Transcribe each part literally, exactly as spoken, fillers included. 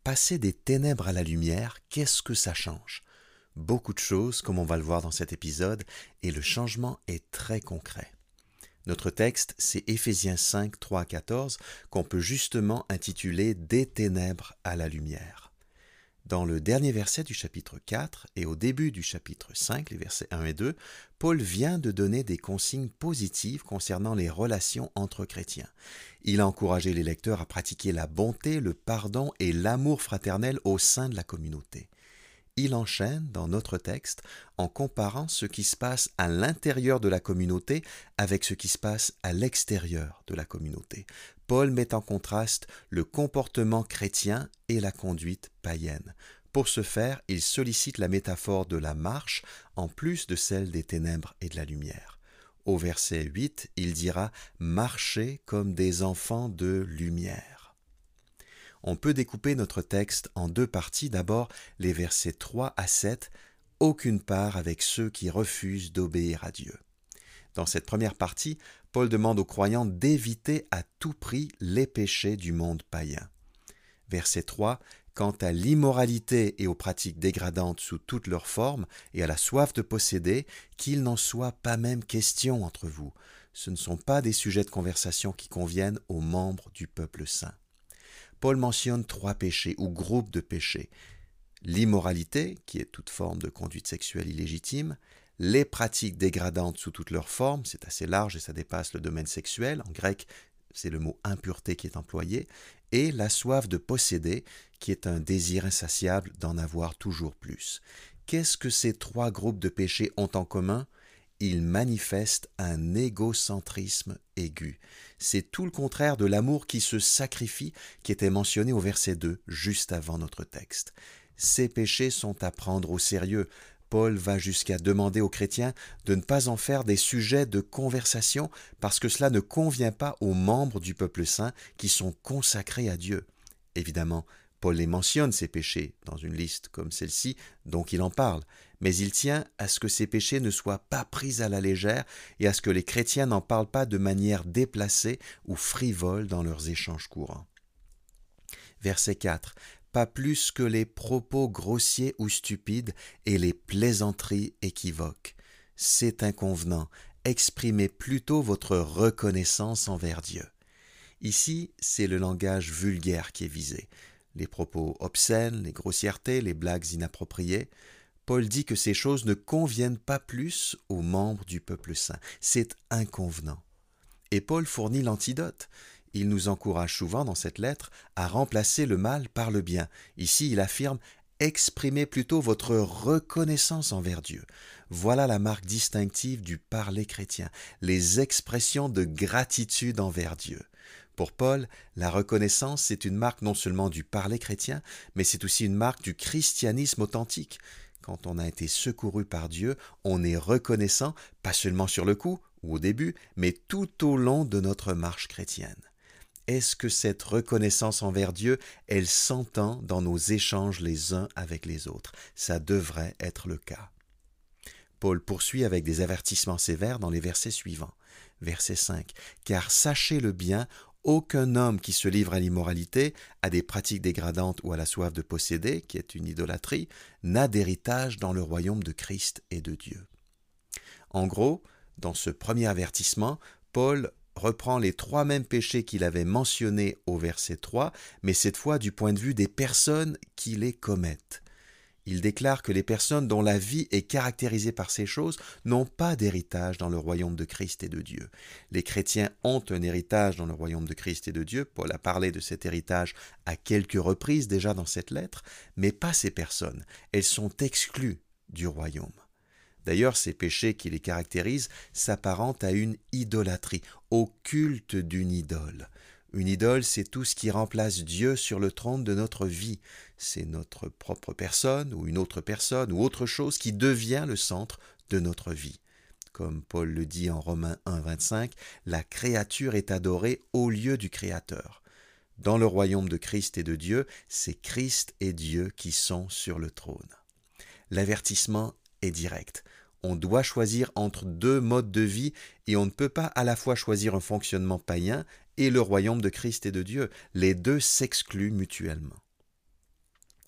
Passer des ténèbres à la lumière, qu'est-ce que ça change? Beaucoup de choses, comme on va le voir dans cet épisode, et le changement est très concret. Notre texte, c'est Éphésiens cinq, trois à quatorze, qu'on peut justement intituler « Des ténèbres à la lumière ». Dans le dernier verset du chapitre quatre et au début du chapitre cinq, les versets un et deux, Paul vient de donner des consignes positives concernant les relations entre chrétiens. Il a encouragé les lecteurs à pratiquer la bonté, le pardon et l'amour fraternel au sein de la communauté. Il enchaîne dans notre texte en comparant ce qui se passe à l'intérieur de la communauté avec ce qui se passe à l'extérieur de la communauté. Paul met en contraste le comportement chrétien et la conduite païenne. Pour ce faire, il sollicite la métaphore de la marche en plus de celle des ténèbres et de la lumière. Au verset huit, il dira « Marchez comme des enfants de lumière ». On peut découper notre texte en deux parties. D'abord, les versets trois à sept, « Aucune part avec ceux qui refusent d'obéir à Dieu ». Dans cette première partie, Paul demande aux croyants d'éviter à tout prix les péchés du monde païen. Verset trois, « Quant à l'immoralité et aux pratiques dégradantes sous toutes leurs formes et à la soif de posséder, qu'il n'en soit pas même question entre vous. Ce ne sont pas des sujets de conversation qui conviennent aux membres du peuple saint. » Paul mentionne trois péchés ou groupes de péchés. L'immoralité, qui est toute forme de conduite sexuelle illégitime, les pratiques dégradantes sous toutes leurs formes, c'est assez large et ça dépasse le domaine sexuel, en grec c'est le mot impureté qui est employé, et la soif de posséder, qui est un désir insatiable d'en avoir toujours plus. Qu'est-ce que ces trois groupes de péchés ont en commun ? Ils manifestent un égocentrisme aigu. C'est tout le contraire de l'amour qui se sacrifie qui était mentionné au verset deux, juste avant notre texte. Ces péchés sont à prendre au sérieux. Paul va jusqu'à demander aux chrétiens de ne pas en faire des sujets de conversation parce que cela ne convient pas aux membres du peuple saint qui sont consacrés à Dieu. Évidemment, Paul les mentionne, ces péchés, dans une liste comme celle-ci, donc il en parle. Mais il tient à ce que ces péchés ne soient pas pris à la légère et à ce que les chrétiens n'en parlent pas de manière déplacée ou frivole dans leurs échanges courants. Verset quatre. Pas plus que les propos grossiers ou stupides et les plaisanteries équivoques. C'est inconvenant. Exprimez plutôt votre reconnaissance envers Dieu. Ici, c'est le langage vulgaire qui est visé. Les propos obscènes, les grossièretés, les blagues inappropriées. Paul dit que ces choses ne conviennent pas plus aux membres du peuple saint. C'est inconvenant. Et Paul fournit l'antidote. Il nous encourage souvent dans cette lettre à remplacer le mal par le bien. Ici, il affirme « Exprimez plutôt votre reconnaissance envers Dieu ». Voilà la marque distinctive du parler chrétien, les expressions de gratitude envers Dieu. Pour Paul, la reconnaissance, c'est une marque non seulement du parler chrétien, mais c'est aussi une marque du christianisme authentique. Quand on a été secouru par Dieu, on est reconnaissant, pas seulement sur le coup ou au début, mais tout au long de notre marche chrétienne. Est-ce que cette reconnaissance envers Dieu, elle s'entend dans nos échanges les uns avec les autres? Ça devrait être le cas. Paul poursuit avec des avertissements sévères dans les versets suivants. Verset cinq. « Car sachez le bien, aucun homme qui se livre à l'immoralité, à des pratiques dégradantes ou à la soif de posséder, qui est une idolâtrie, n'a d'héritage dans le royaume de Christ et de Dieu. » En gros, dans ce premier avertissement, Paul reprend les trois mêmes péchés qu'il avait mentionnés au verset trois, mais cette fois du point de vue des personnes qui les commettent. Il déclare que les personnes dont la vie est caractérisée par ces choses n'ont pas d'héritage dans le royaume de Christ et de Dieu. Les chrétiens ont un héritage dans le royaume de Christ et de Dieu. Paul a parlé de cet héritage à quelques reprises déjà dans cette lettre, mais pas ces personnes. Elles sont exclues du royaume. D'ailleurs, ces péchés qui les caractérisent s'apparentent à une idolâtrie, au culte d'une idole. Une idole, c'est tout ce qui remplace Dieu sur le trône de notre vie. C'est notre propre personne ou une autre personne ou autre chose qui devient le centre de notre vie. Comme Paul le dit en Romains un, vingt-cinq, la créature est adorée au lieu du Créateur. Dans le royaume de Christ et de Dieu, c'est Christ et Dieu qui sont sur le trône. L'avertissement est direct. On doit choisir entre deux modes de vie et on ne peut pas à la fois choisir un fonctionnement païen et le royaume de Christ et de Dieu. Les deux s'excluent mutuellement.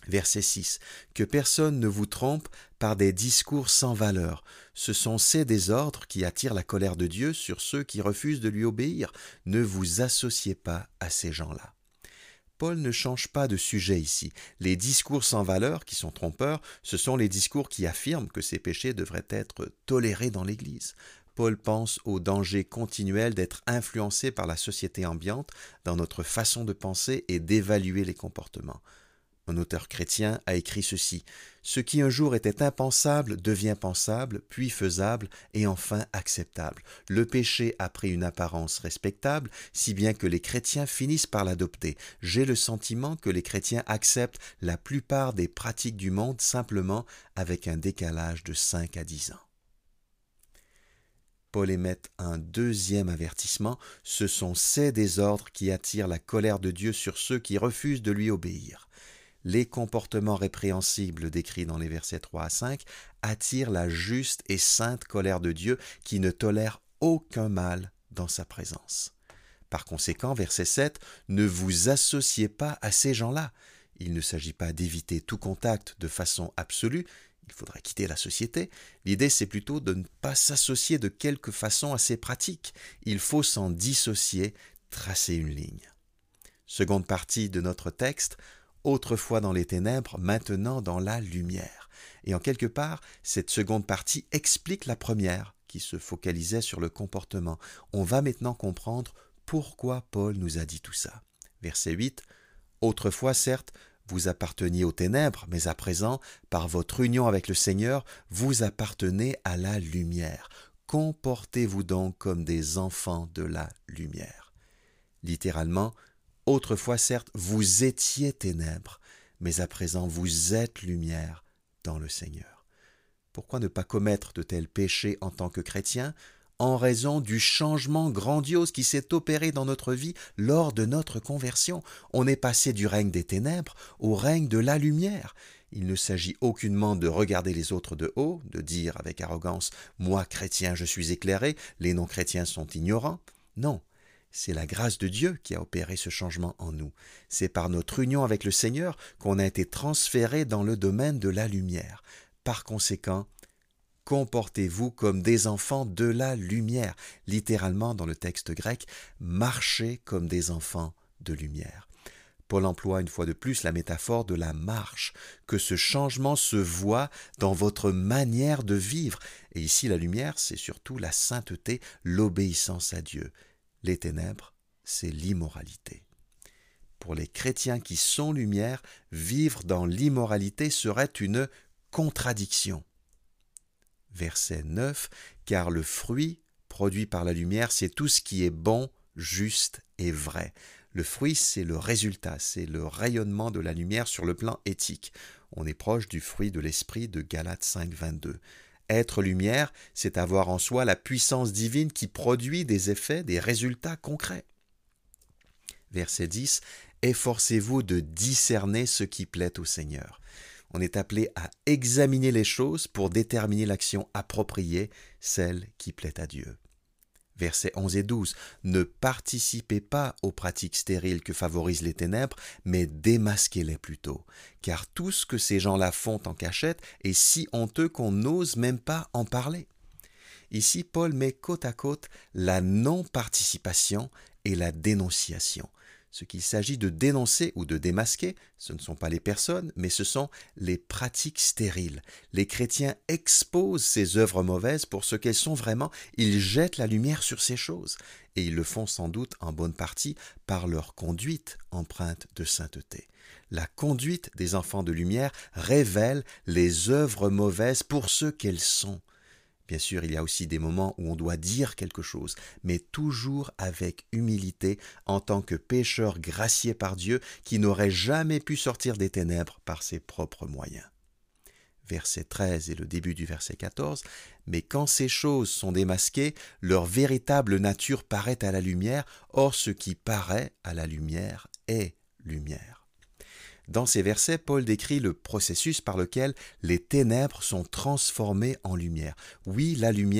Verset six. Que personne ne vous trompe par des discours sans valeur. Ce sont ces désordres qui attirent la colère de Dieu sur ceux qui refusent de lui obéir. Ne vous associez pas à ces gens-là. Paul ne change pas de sujet ici. Les discours sans valeur, qui sont trompeurs, ce sont les discours qui affirment que ces péchés devraient être tolérés dans l'Église. Paul pense au danger continuel d'être influencé par la société ambiante dans notre façon de penser et d'évaluer les comportements. Un auteur chrétien a écrit ceci: « Ce qui un jour était impensable devient pensable, puis faisable et enfin acceptable. Le péché a pris une apparence respectable, si bien que les chrétiens finissent par l'adopter. J'ai le sentiment que les chrétiens acceptent la plupart des pratiques du monde simplement avec un décalage de cinq à dix ans. » Paul émet un deuxième avertissement: ce sont ces désordres qui attirent la colère de Dieu sur ceux qui refusent de lui obéir. Les comportements répréhensibles décrits dans les versets trois à cinq attirent la juste et sainte colère de Dieu qui ne tolère aucun mal dans sa présence. Par conséquent, verset sept, ne vous associez pas à ces gens-là. Il ne s'agit pas d'éviter tout contact de façon absolue, il faudrait quitter la société. L'idée, c'est plutôt de ne pas s'associer de quelque façon à ces pratiques. Il faut s'en dissocier, tracer une ligne. Seconde partie de notre texte: autrefois dans les ténèbres, maintenant dans la lumière. Et en quelque part, cette seconde partie explique la première, qui se focalisait sur le comportement. On va maintenant comprendre pourquoi Paul nous a dit tout ça. Verset huit. Autrefois, certes, vous apparteniez aux ténèbres, mais à présent, par votre union avec le Seigneur, vous appartenez à la lumière. Comportez-vous donc comme des enfants de la lumière. Littéralement, autrefois, certes, vous étiez ténèbres, mais à présent, vous êtes lumière dans le Seigneur. Pourquoi ne pas commettre de tels péchés en tant que chrétien? En raison du changement grandiose qui s'est opéré dans notre vie lors de notre conversion. On est passé du règne des ténèbres au règne de la lumière. Il ne s'agit aucunement de regarder les autres de haut, de dire avec arrogance « Moi, chrétien, je suis éclairé, les non-chrétiens sont ignorants ». Non. C'est la grâce de Dieu qui a opéré ce changement en nous. C'est par notre union avec le Seigneur qu'on a été transféré dans le domaine de la lumière. Par conséquent, comportez-vous comme des enfants de la lumière. Littéralement, dans le texte grec, marchez comme des enfants de lumière. Paul emploie une fois de plus la métaphore de la marche, que ce changement se voit dans votre manière de vivre. Et ici, la lumière, c'est surtout la sainteté, l'obéissance à Dieu. Les ténèbres, c'est l'immoralité. Pour les chrétiens qui sont lumière, vivre dans l'immoralité serait une contradiction. Verset neuf, « Car le fruit produit par la lumière, c'est tout ce qui est bon, juste et vrai. » Le fruit, c'est le résultat, c'est le rayonnement de la lumière sur le plan éthique. On est proche du fruit de l'esprit de Galates cinq, vingt-deux. Être lumière, c'est avoir en soi la puissance divine qui produit des effets, des résultats concrets. Verset dix, « Efforcez-vous de discerner ce qui plaît au Seigneur. » On est appelé à examiner les choses pour déterminer l'action appropriée, celle qui plaît à Dieu. Versets onze et douze, « Ne participez pas aux pratiques stériles que favorisent les ténèbres, mais démasquez-les plutôt, car tout ce que ces gens-là font en cachette est si honteux qu'on n'ose même pas en parler. » Ici, Paul met côte à côte la non-participation et la dénonciation. Ce qu'il s'agit de dénoncer ou de démasquer, ce ne sont pas les personnes, mais ce sont les pratiques stériles. Les chrétiens exposent ces œuvres mauvaises pour ce qu'elles sont vraiment. Ils jettent la lumière sur ces choses. Et ils le font sans doute en bonne partie par leur conduite empreinte de sainteté. La conduite des enfants de lumière révèle les œuvres mauvaises pour ce qu'elles sont. Bien sûr, il y a aussi des moments où on doit dire quelque chose, mais toujours avec humilité en tant que pécheur gracié par Dieu qui n'aurait jamais pu sortir des ténèbres par ses propres moyens. Verset treize et le début du verset quatorze, « Mais quand ces choses sont démasquées, leur véritable nature paraît à la lumière, or ce qui paraît à la lumière est lumière. » Dans ces versets, Paul décrit le processus par lequel les ténèbres sont transformées en lumière. Oui, la lumière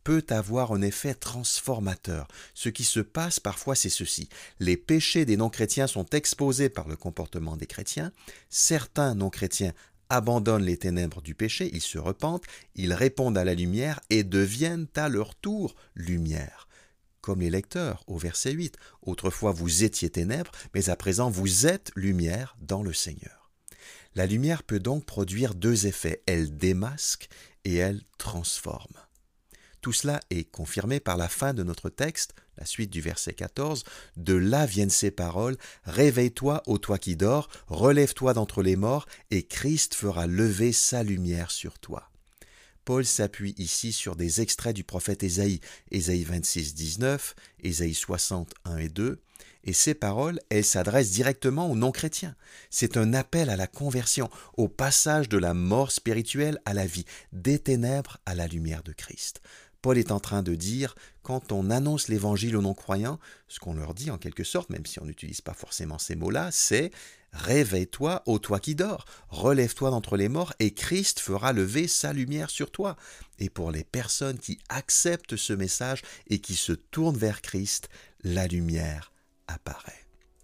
peut avoir un effet transformateur. Ce qui se passe parfois, c'est ceci. Les péchés des non-chrétiens sont exposés par le comportement des chrétiens. Certains non-chrétiens abandonnent les ténèbres du péché, ils se repentent, ils répondent à la lumière et deviennent à leur tour lumière. Comme les lecteurs au verset huit. Autrefois vous étiez ténèbres, mais à présent vous êtes lumière dans le Seigneur. La lumière peut donc produire deux effets. Elle démasque et elle transforme. Tout cela est confirmé par la fin de notre texte, la suite du verset quatorze. De là viennent ces paroles. Réveille-toi, ô toi qui dors, relève-toi d'entre les morts, et Christ fera lever sa lumière sur toi. Paul s'appuie ici sur des extraits du prophète Ésaïe, Ésaïe vingt-six, dix-neuf, Ésaïe soixante, un et deux, et ces paroles, elles s'adressent directement aux non-chrétiens. C'est un appel à la conversion, au passage de la mort spirituelle à la vie, des ténèbres à la lumière de Christ. Paul est en train de dire, quand on annonce l'évangile aux non-croyants, ce qu'on leur dit en quelque sorte, même si on n'utilise pas forcément ces mots-là, c'est « Réveille-toi, ô toi qui dors, relève-toi d'entre les morts, et Christ fera lever sa lumière sur toi. » Et pour les personnes qui acceptent ce message et qui se tournent vers Christ, la lumière apparaît.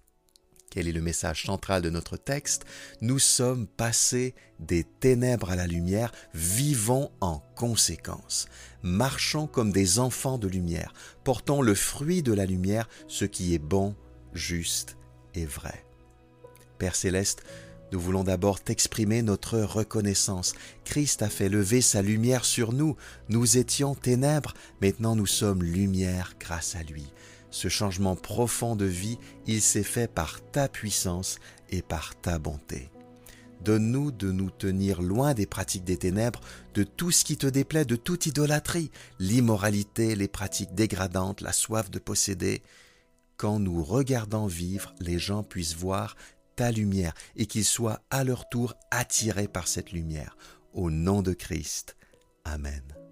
Quel est le message central de notre texte? Nous sommes passés des ténèbres à la lumière, vivons en conséquence. Marchons comme des enfants de lumière, portons le fruit de la lumière, ce qui est bon, juste et vrai. Père Céleste, nous voulons d'abord t'exprimer notre reconnaissance. Christ a fait lever sa lumière sur nous. Nous étions ténèbres, maintenant nous sommes lumière grâce à lui. Ce changement profond de vie, il s'est fait par ta puissance et par ta bonté. Donne-nous de nous tenir loin des pratiques des ténèbres, de tout ce qui te déplaît, de toute idolâtrie, l'immoralité, les pratiques dégradantes, la soif de posséder. Qu'en nous regardant vivre, les gens puissent voir ta lumière et qu'ils soient à leur tour attirés par cette lumière. Au nom de Christ. Amen.